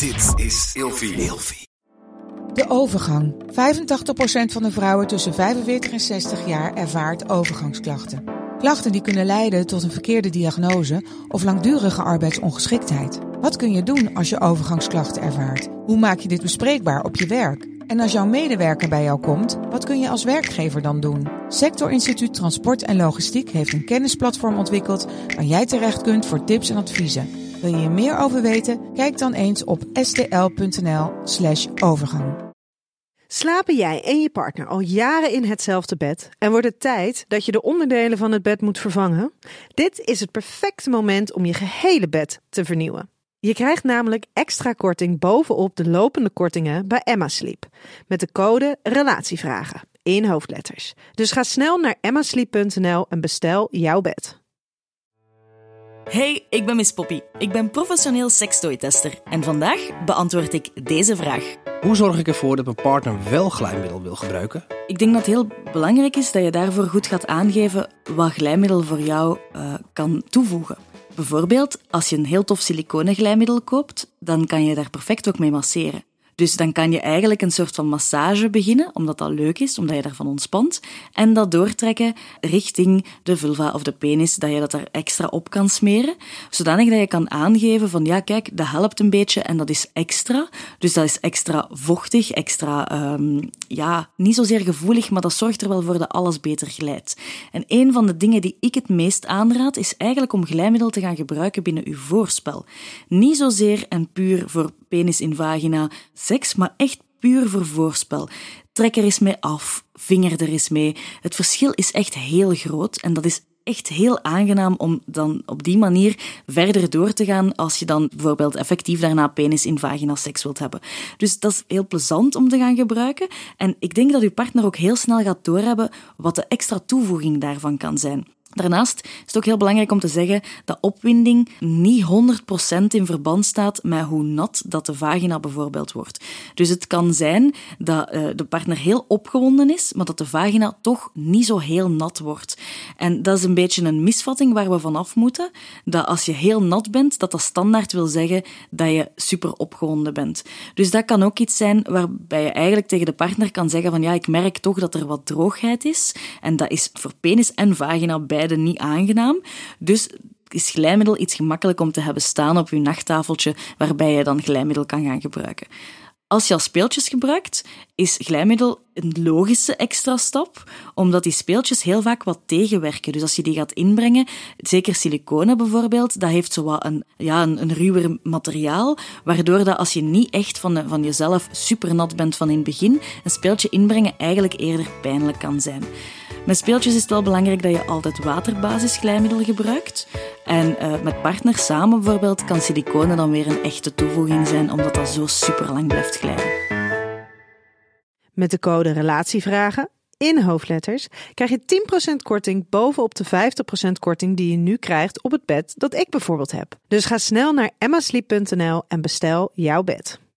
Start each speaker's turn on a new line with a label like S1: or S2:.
S1: Dit is Ilfie.
S2: De overgang. 85% van de vrouwen tussen 45 en 60 jaar ervaart overgangsklachten. Klachten die kunnen leiden tot een verkeerde diagnose of langdurige arbeidsongeschiktheid. Wat kun je doen als je overgangsklachten ervaart? Hoe maak je dit bespreekbaar op je werk? En als jouw medewerker bij jou komt, wat kun je als werkgever dan doen? Sectorinstituut Transport en Logistiek heeft een kennisplatform ontwikkeld waar jij terecht kunt voor tips en adviezen. Wil je hier meer over weten? Kijk dan eens op stl.nl/overgang.
S3: Slapen jij en je partner al jaren in hetzelfde bed en wordt het tijd dat je de onderdelen van het bed moet vervangen? Dit is het perfecte moment om je gehele bed te vernieuwen. Je krijgt namelijk extra korting bovenop de lopende kortingen bij Emma Sleep. Met de code RELATIEVRAGEN in hoofdletters. Dus ga snel naar emmasleep.nl en bestel jouw bed.
S4: Hey, ik ben Miss Poppy. Ik ben professioneel sekstooi-tester en vandaag beantwoord ik deze vraag.
S5: Hoe zorg ik ervoor dat mijn partner wel glijmiddel wil gebruiken?
S4: Ik denk dat het heel belangrijk is dat je daarvoor goed gaat aangeven wat glijmiddel voor jou kan toevoegen. Bijvoorbeeld, als je een heel tof siliconen glijmiddel koopt, dan kan je daar perfect ook mee masseren. Dus dan kan je eigenlijk een soort van massage beginnen, omdat dat leuk is, omdat je daarvan ontspant, en dat doortrekken richting de vulva of de penis, dat je dat er extra op kan smeren, zodanig dat je kan aangeven van ja, kijk, dat helpt een beetje en dat is extra. Dus dat is extra vochtig, extra, niet zozeer gevoelig, maar dat zorgt er wel voor dat alles beter glijdt. En een van de dingen die ik het meest aanraad, is eigenlijk om glijmiddel te gaan gebruiken binnen uw voorspel. Niet zozeer en puur voor penis in vagina seks, maar echt puur voor voorspel. Trek er eens mee af, vinger er eens mee. Het verschil is echt heel groot en dat is echt heel aangenaam om dan op die manier verder door te gaan als je dan bijvoorbeeld effectief daarna penis in vagina seks wilt hebben. Dus dat is heel plezant om te gaan gebruiken en ik denk dat uw partner ook heel snel gaat doorhebben wat de extra toevoeging daarvan kan zijn. Daarnaast is het ook heel belangrijk om te zeggen dat opwinding niet 100% in verband staat met hoe nat dat de vagina bijvoorbeeld wordt. Dus het kan zijn dat de partner heel opgewonden is, maar dat de vagina toch niet zo heel nat wordt. En dat is een beetje een misvatting waar we vanaf moeten, dat als je heel nat bent, dat standaard wil zeggen dat je super opgewonden bent. Dus dat kan ook iets zijn waarbij je eigenlijk tegen de partner kan zeggen van ja, ik merk toch dat er wat droogheid is. En dat is voor penis en vagina beide niet aangenaam. Dus is glijmiddel iets gemakkelijk om te hebben staan op je nachttafeltje, waarbij je dan glijmiddel kan gaan gebruiken. Als je al speeltjes gebruikt, is glijmiddel een logische extra stap, omdat die speeltjes heel vaak wat tegenwerken. Dus als je die gaat inbrengen, zeker siliconen bijvoorbeeld, dat heeft zo wat een ruwer materiaal, waardoor dat als je niet echt van jezelf super nat bent van in het begin, een speeltje inbrengen eigenlijk eerder pijnlijk kan zijn. Met speeltjes is het wel belangrijk dat je altijd waterbasis glijmiddel gebruikt. En met partners samen bijvoorbeeld kan siliconen dan weer een echte toevoeging zijn, omdat dat zo super lang blijft glijden.
S3: Met de code RELATIEVRAGEN in hoofdletters krijg je 10% korting bovenop de 50% korting die je nu krijgt op het bed dat ik bijvoorbeeld heb. Dus ga snel naar emmasleep.nl en bestel jouw bed.